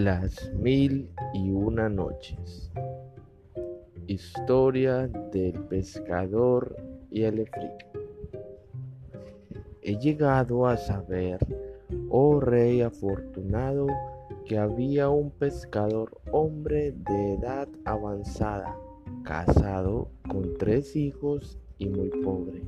Las 1001 noches. Historia del pescador y el efrique. He llegado a saber, oh rey afortunado, que había un pescador, hombre de edad avanzada, casado con 3 hijos y muy pobre.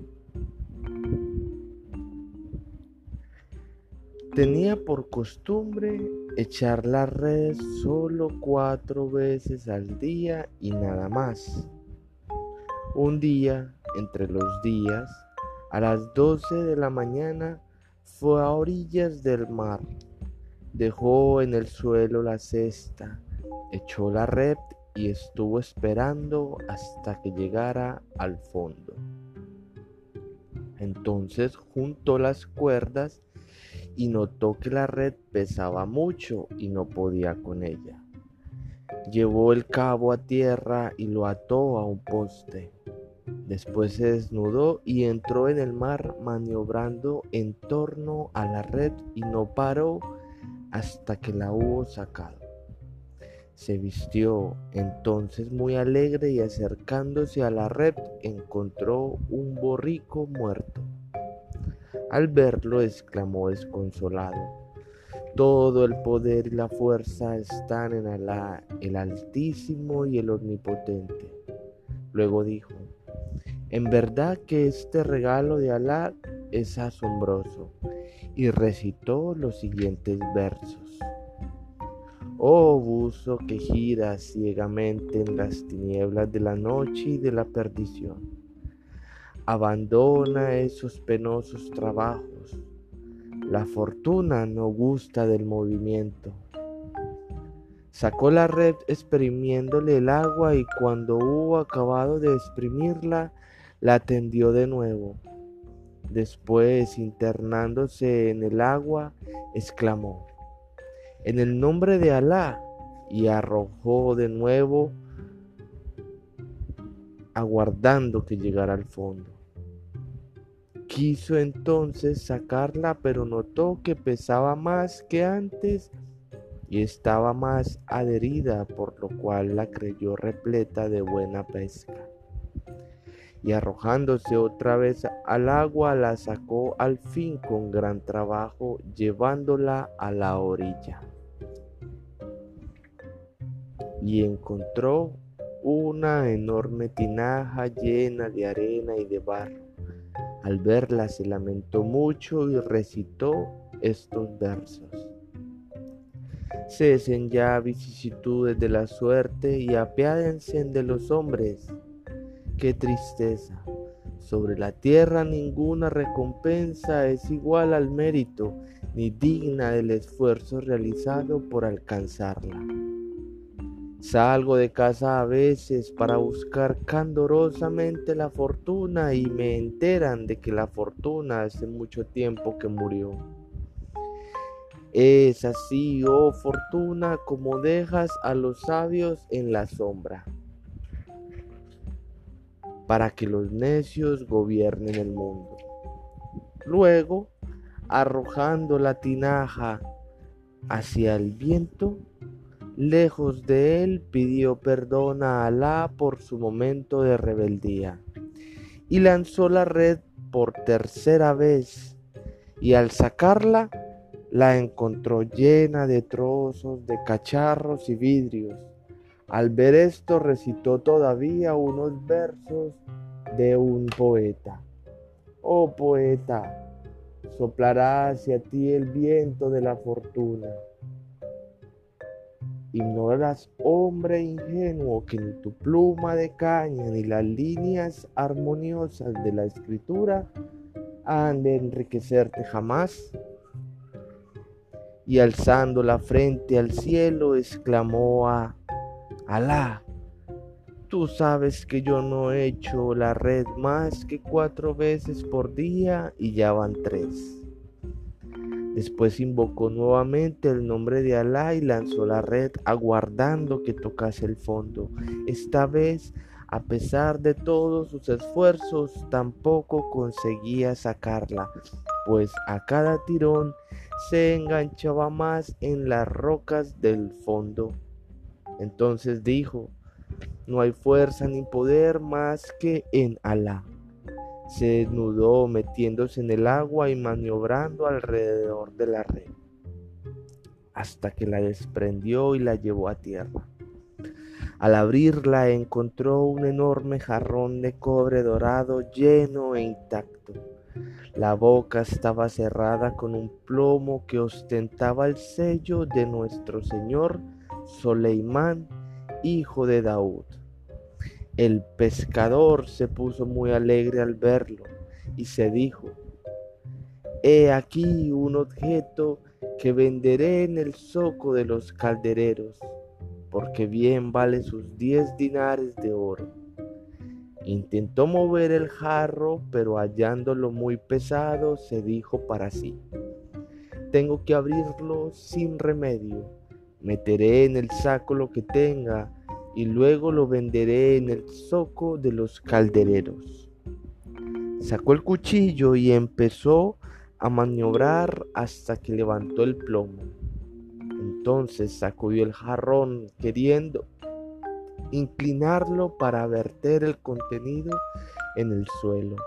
Tenía por costumbre echar las redes solo 4 veces al día y nada más. Un día, entre los días, a las 12 de la mañana, fue a orillas del mar. Dejó en el suelo la cesta, echó la red y estuvo esperando hasta que llegara al fondo. Entonces juntó las cuerdas y notó que la red pesaba mucho y no podía con ella. Llevó el cabo a tierra y lo ató a un poste. Después se desnudó y entró en el mar maniobrando en torno a la red y no paró hasta que la hubo sacado. Se vistió entonces muy alegre y acercándose a la red encontró un borrico muerto. Al verlo exclamó desconsolado: todo el poder y la fuerza están en Alá, el Altísimo y el Omnipotente. Luego dijo: en verdad que este regalo de Alá es asombroso, y recitó los siguientes versos: oh buzo que giras ciegamente en las tinieblas de la noche y de la perdición, abandona esos penosos trabajos. La fortuna no gusta del movimiento. Sacó la red exprimiéndole el agua y cuando hubo acabado de exprimirla, la tendió de nuevo. Después, internándose en el agua, exclamó: en el nombre de Alá, y arrojó de nuevo, aguardando que llegara al fondo. Quiso entonces sacarla, pero notó que pesaba más que antes y estaba más adherida, por lo cual la creyó repleta de buena pesca. Y arrojándose otra vez al agua, la sacó al fin con gran trabajo, llevándola a la orilla. Y encontró una enorme tinaja llena de arena y de barro. Al verla se lamentó mucho y recitó estos versos: cesen ya vicisitudes de la suerte y apiádense de los hombres. Qué tristeza. Sobre la tierra ninguna recompensa es igual al mérito, ni digna del esfuerzo realizado por alcanzarla. Salgo de casa a veces para buscar candorosamente la fortuna y me enteran de que la fortuna hace mucho tiempo que murió. Es así, oh fortuna, como dejas a los sabios en la sombra, para que los necios gobiernen el mundo. Luego, arrojando la tinaja hacia el viento, lejos de él, pidió perdón a Alá por su momento de rebeldía y lanzó la red por tercera vez, y al sacarla la encontró llena de trozos de cacharros y vidrios. Al ver esto recitó todavía unos versos de un poeta: oh poeta, soplará hacia ti el viento de la fortuna. Ignoras, hombre ingenuo, que ni tu pluma de caña ni las líneas armoniosas de la escritura han de enriquecerte jamás. Y alzando la frente al cielo, exclamó a Alá: tú sabes que yo no echo la red más que 4 veces por día y ya van 3. Después invocó nuevamente el nombre de Alá y lanzó la red aguardando que tocase el fondo. Esta vez, a pesar de todos sus esfuerzos, tampoco conseguía sacarla. pues a cada tirón se enganchaba más en las rocas del fondo. Entonces dijo: no hay fuerza ni poder más que en Alá. Se desnudó metiéndose en el agua y maniobrando alrededor de la red, hasta que la desprendió y la llevó a tierra. Al abrirla encontró un enorme jarrón de cobre dorado lleno e intacto. La boca estaba cerrada con un plomo que ostentaba el sello de nuestro señor Soleimán, hijo de Daud. El pescador se puso muy alegre al verlo y se dijo: he aquí un objeto que venderé en el zoco de los caldereros, porque bien vale sus 10 dinares de oro. Intentó mover el jarro, pero hallándolo muy pesado, se dijo para sí: tengo que abrirlo sin remedio. Meteré en el saco lo que tenga y luego lo venderé en el zoco de los caldereros. Sacó el cuchillo y empezó a maniobrar hasta que levantó el plomo. Entonces sacudió el jarrón queriendo inclinarlo para verter el contenido en el suelo.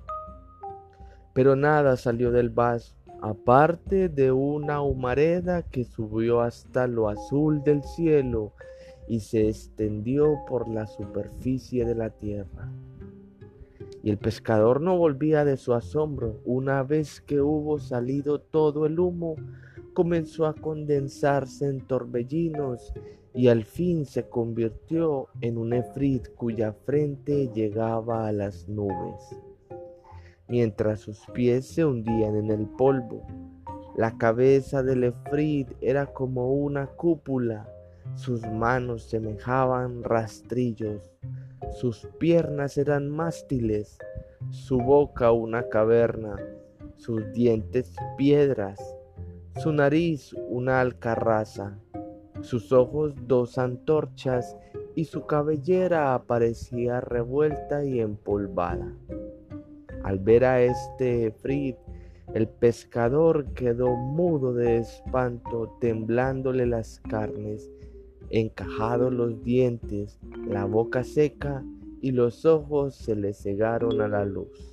Pero nada salió del vaso, aparte de una humareda que subió hasta lo azul del cielo y se extendió por la superficie de la tierra. Y el pescador no volvía de su asombro. Una vez que hubo salido todo el humo, comenzó a condensarse en torbellinos y al fin se convirtió en un efrit cuya frente llegaba a las nubes, mientras sus pies se hundían en el polvo. La cabeza del efrit era como una cúpula, sus manos semejaban rastrillos, sus piernas eran mástiles, su boca una caverna, sus dientes piedras, su nariz una alcarraza, sus ojos 2 antorchas y su cabellera aparecía revuelta y empolvada. Al ver a este efrit, el pescador quedó mudo de espanto, temblándole las carnes, encajados los dientes, la boca seca y los ojos se le cegaron a la luz.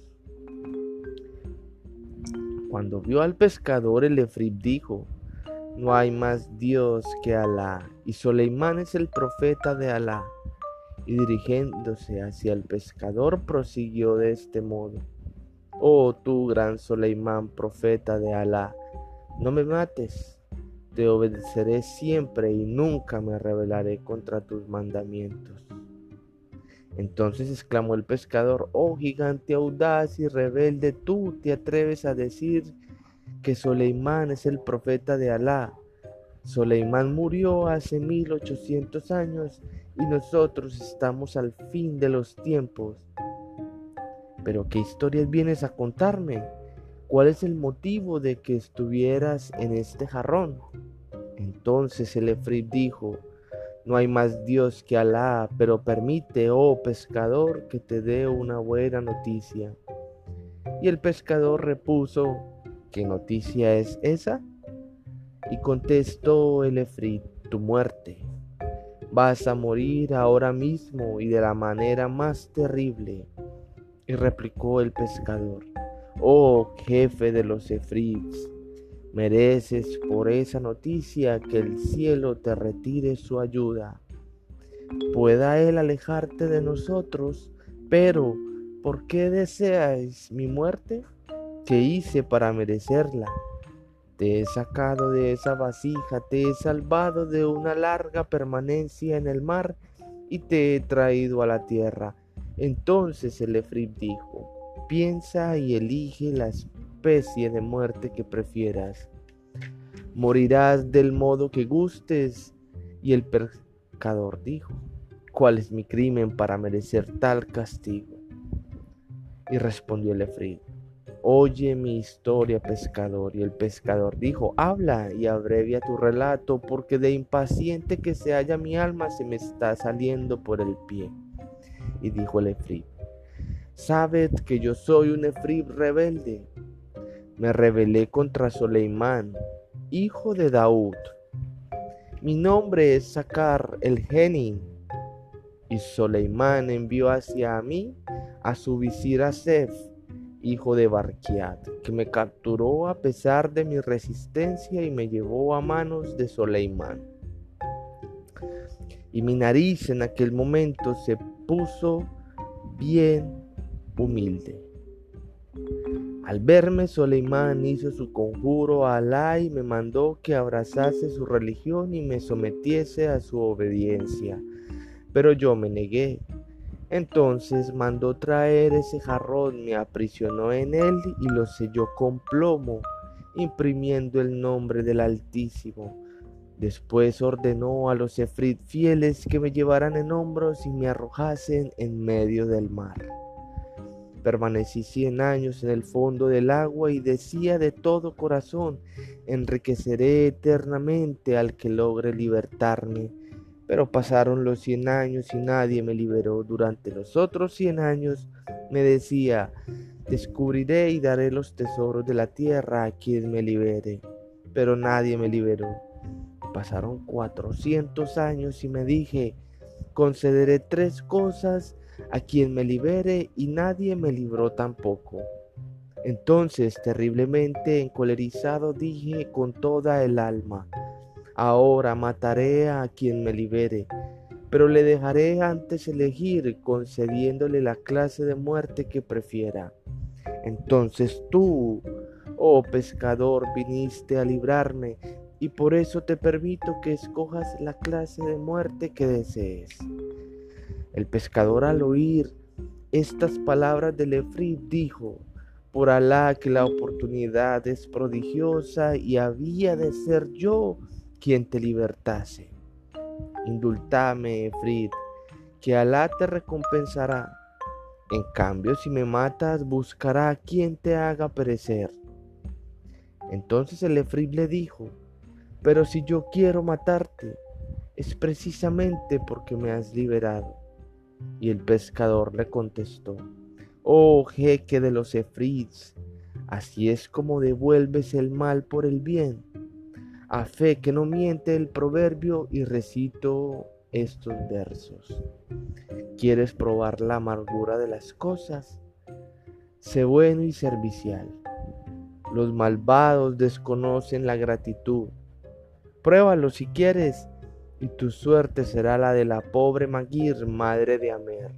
Cuando vio al pescador, el efrit dijo: no hay más Dios que Alá, y Soleimán es el profeta de Alá. Y dirigiéndose hacia el pescador, prosiguió de este modo: oh tú, gran Soleimán, profeta de Alá, no me mates. Te obedeceré siempre y nunca me rebelaré contra tus mandamientos. Entonces exclamó el pescador: oh gigante audaz y rebelde, tú te atreves a decir que Soleimán es el profeta de Alá. Soleimán murió hace 1800 años y nosotros estamos al fin de los tiempos. ¿Pero qué historias vienes a contarme? ¿Cuál es el motivo de que estuvieras en este jarrón? Entonces el efrit dijo: no hay más Dios que Alá, pero permite, oh pescador, que te dé una buena noticia. Y el pescador repuso: ¿qué noticia es esa? Y contestó el efrit: tu muerte. Vas a morir ahora mismo y de la manera más terrible. Y replicó el pescador: oh jefe de los efrits, mereces por esa noticia que el cielo te retire su ayuda. Pueda él alejarte de nosotros, pero ¿por qué deseáis mi muerte? ¿Qué hice para merecerla? Te he sacado de esa vasija, te he salvado de una larga permanencia en el mar y te he traído a la tierra. Entonces el efrit dijo: piensa y elige la especie de muerte que prefieras. Morirás del modo que gustes. Y el pescador dijo: ¿cuál es mi crimen para merecer tal castigo? Y respondió el efrit: oye mi historia, pescador. Y el pescador dijo: habla y abrevia tu relato, porque de impaciente que se halla mi alma se me está saliendo por el pie. Y dijo el efrit: sabed que yo soy un efrit rebelde. Me rebelé contra Soleimán, hijo de Daud. Mi nombre es Sacar el Geni. Y Soleimán envió hacia mí a su visir Asef, hijo de Barquiat, que me capturó a pesar de mi resistencia y me llevó a manos de Soleimán. Y mi nariz en aquel momento se puso bien humilde. Al verme, Soleimán hizo su conjuro a Alá y me mandó que abrazase su religión y me sometiese a su obediencia. Pero yo me negué. Entonces mandó traer ese jarrón, me aprisionó en él y lo selló con plomo, imprimiendo el nombre del Altísimo. Después ordenó a los efrit fieles que me llevaran en hombros y me arrojasen en medio del mar. Permanecí 100 años en el fondo del agua y decía de todo corazón: enriqueceré eternamente al que logre libertarme. Pero pasaron los 100 años y nadie me liberó. Durante los otros 100 años me decía: descubriré y daré los tesoros de la tierra a quien me libere. Pero nadie me liberó. Pasaron 400 años y me dije: concederé 3 cosas a quien me libere, y nadie me libró tampoco. Entonces, terriblemente encolerizado, dije con toda el alma: ahora mataré a quien me libere, pero le dejaré antes elegir, concediéndole la clase de muerte que prefiera. Entonces tú, oh pescador, viniste a librarme, y por eso te permito que escojas la clase de muerte que desees. El pescador, al oír estas palabras del efrit, dijo: por Alá que la oportunidad es prodigiosa y había de ser yo quien te libertase. Indultame, efrit, que Alá te recompensará. En cambio, si me matas, buscará a quien te haga perecer. Entonces el efrit le dijo: pero si yo quiero matarte, es precisamente porque me has liberado. Y el pescador le contestó: oh jeque de los efrits, así es como devuelves el mal por el bien. A fe que no miente el proverbio, y recito estos versos. ¿Quieres probar la amargura de las cosas? Sé bueno y servicial. Los malvados desconocen la gratitud. Pruébalo si quieres, y tu suerte será la de la pobre Magir, madre de Amer.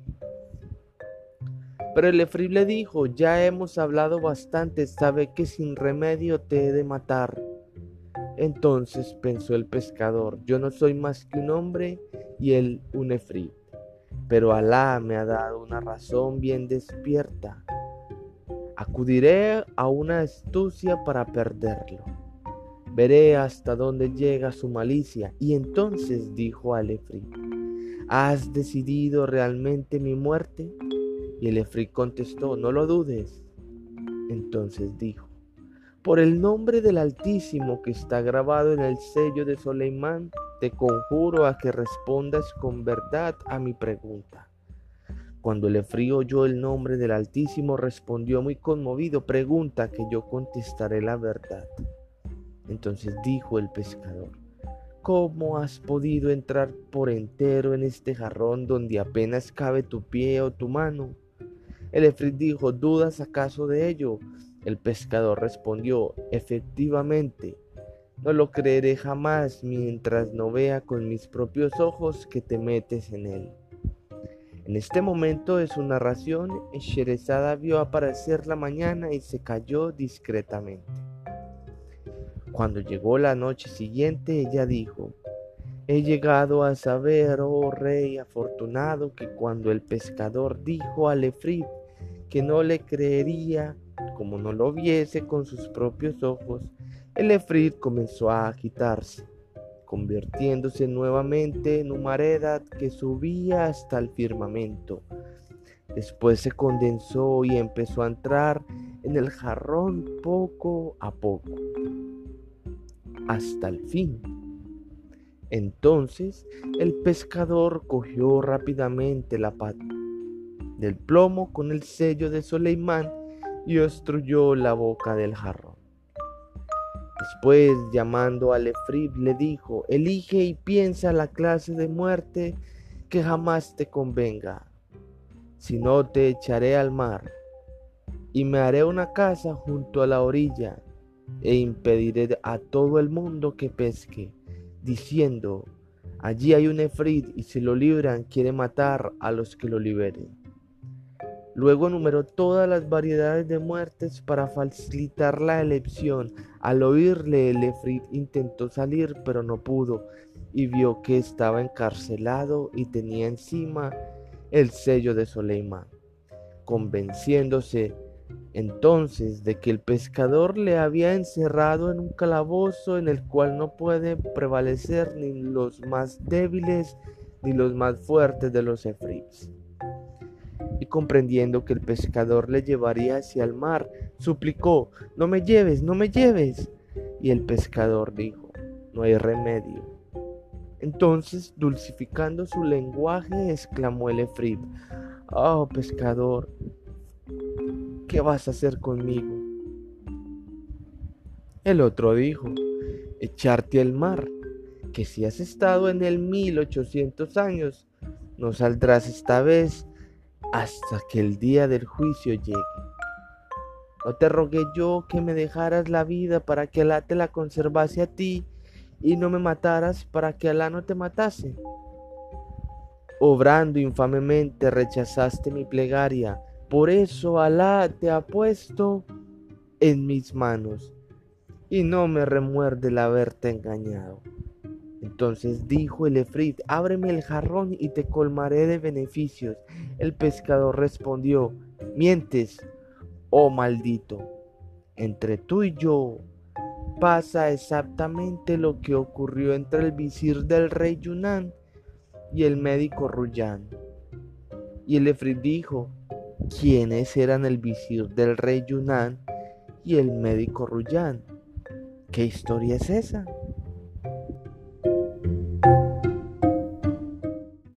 Pero el efrit le dijo: ya hemos hablado bastante, sabe que sin remedio te he de matar. Entonces pensó el pescador: yo no soy más que un hombre y él un efrit, pero Alá me ha dado una razón bien despierta. Acudiré a una astucia para perderlo. Veré hasta dónde llega su malicia. Y entonces dijo al efrit: ¿has decidido realmente mi muerte? Y el efrit contestó: no lo dudes. Entonces dijo: por el nombre del Altísimo que está grabado en el sello de Soleimán, te conjuro a que respondas con verdad a mi pregunta. Cuando el efrit oyó el nombre del Altísimo, respondió muy conmovido: pregunta, que yo contestaré la verdad. Entonces dijo el pescador: ¿cómo has podido entrar por entero en este jarrón donde apenas cabe tu pie o tu mano? El efrit dijo: ¿dudas acaso de ello? El pescador respondió: efectivamente, no lo creeré jamás mientras no vea con mis propios ojos que te metes en él. En este momento de su narración, Sherezada vio aparecer la mañana y se calló discretamente. Cuando llegó la noche siguiente, ella dijo: he llegado a saber, oh rey afortunado, que cuando el pescador dijo al efrit que no le creería como no lo viese con sus propios ojos, el efrit comenzó a agitarse, convirtiéndose nuevamente en humareda que subía hasta el firmamento. Después se condensó y empezó a entrar en el jarrón poco a poco, hasta el fin. Entonces el pescador cogió rápidamente la pata del plomo con el sello de Soleimán y obstruyó la boca del jarrón. Después, llamando al efrit, le dijo: elige y piensa la clase de muerte que jamás te convenga. Si no, te echaré al mar y me haré una casa junto a la orilla e impediré a todo el mundo que pesque, diciendo: allí hay un efrit y si lo libran quiere matar a los que lo liberen. Luego enumeró todas las variedades de muertes para facilitar la elección. Al oírle, el efrit intentó salir, pero no pudo, y vio que estaba encarcelado y tenía encima el sello de Soleimán. Convenciéndose entonces de que el pescador le había encerrado en un calabozo en el cual no pueden prevalecer ni los más débiles ni los más fuertes de los efrits, y comprendiendo que el pescador le llevaría hacia el mar, suplicó: no me lleves, no me lleves. Y el pescador dijo: no hay remedio. Entonces, dulcificando su lenguaje, exclamó el efrit: oh pescador, ¿qué vas a hacer conmigo? El otro dijo: echarte al mar, que si has estado en él 1800 años, no saldrás esta vez hasta que el día del juicio llegue. ¿No te rogué yo que me dejaras la vida para que Alá te la conservase a ti y no me mataras para que Alá no te matase? Obrando infamemente rechazaste mi plegaria, por eso Alá te ha puesto en mis manos y no me remuerde el haberte engañado. Entonces dijo el efrit: ábreme el jarrón y te colmaré de beneficios. El pescador respondió: mientes, oh maldito. Entre tú y yo pasa exactamente lo que ocurrió entre el visir del rey Yunán y el médico Ruyán. Y el efrit dijo: ¿quiénes eran el visir del rey Yunán y el médico Ruyán? ¿Qué historia es esa?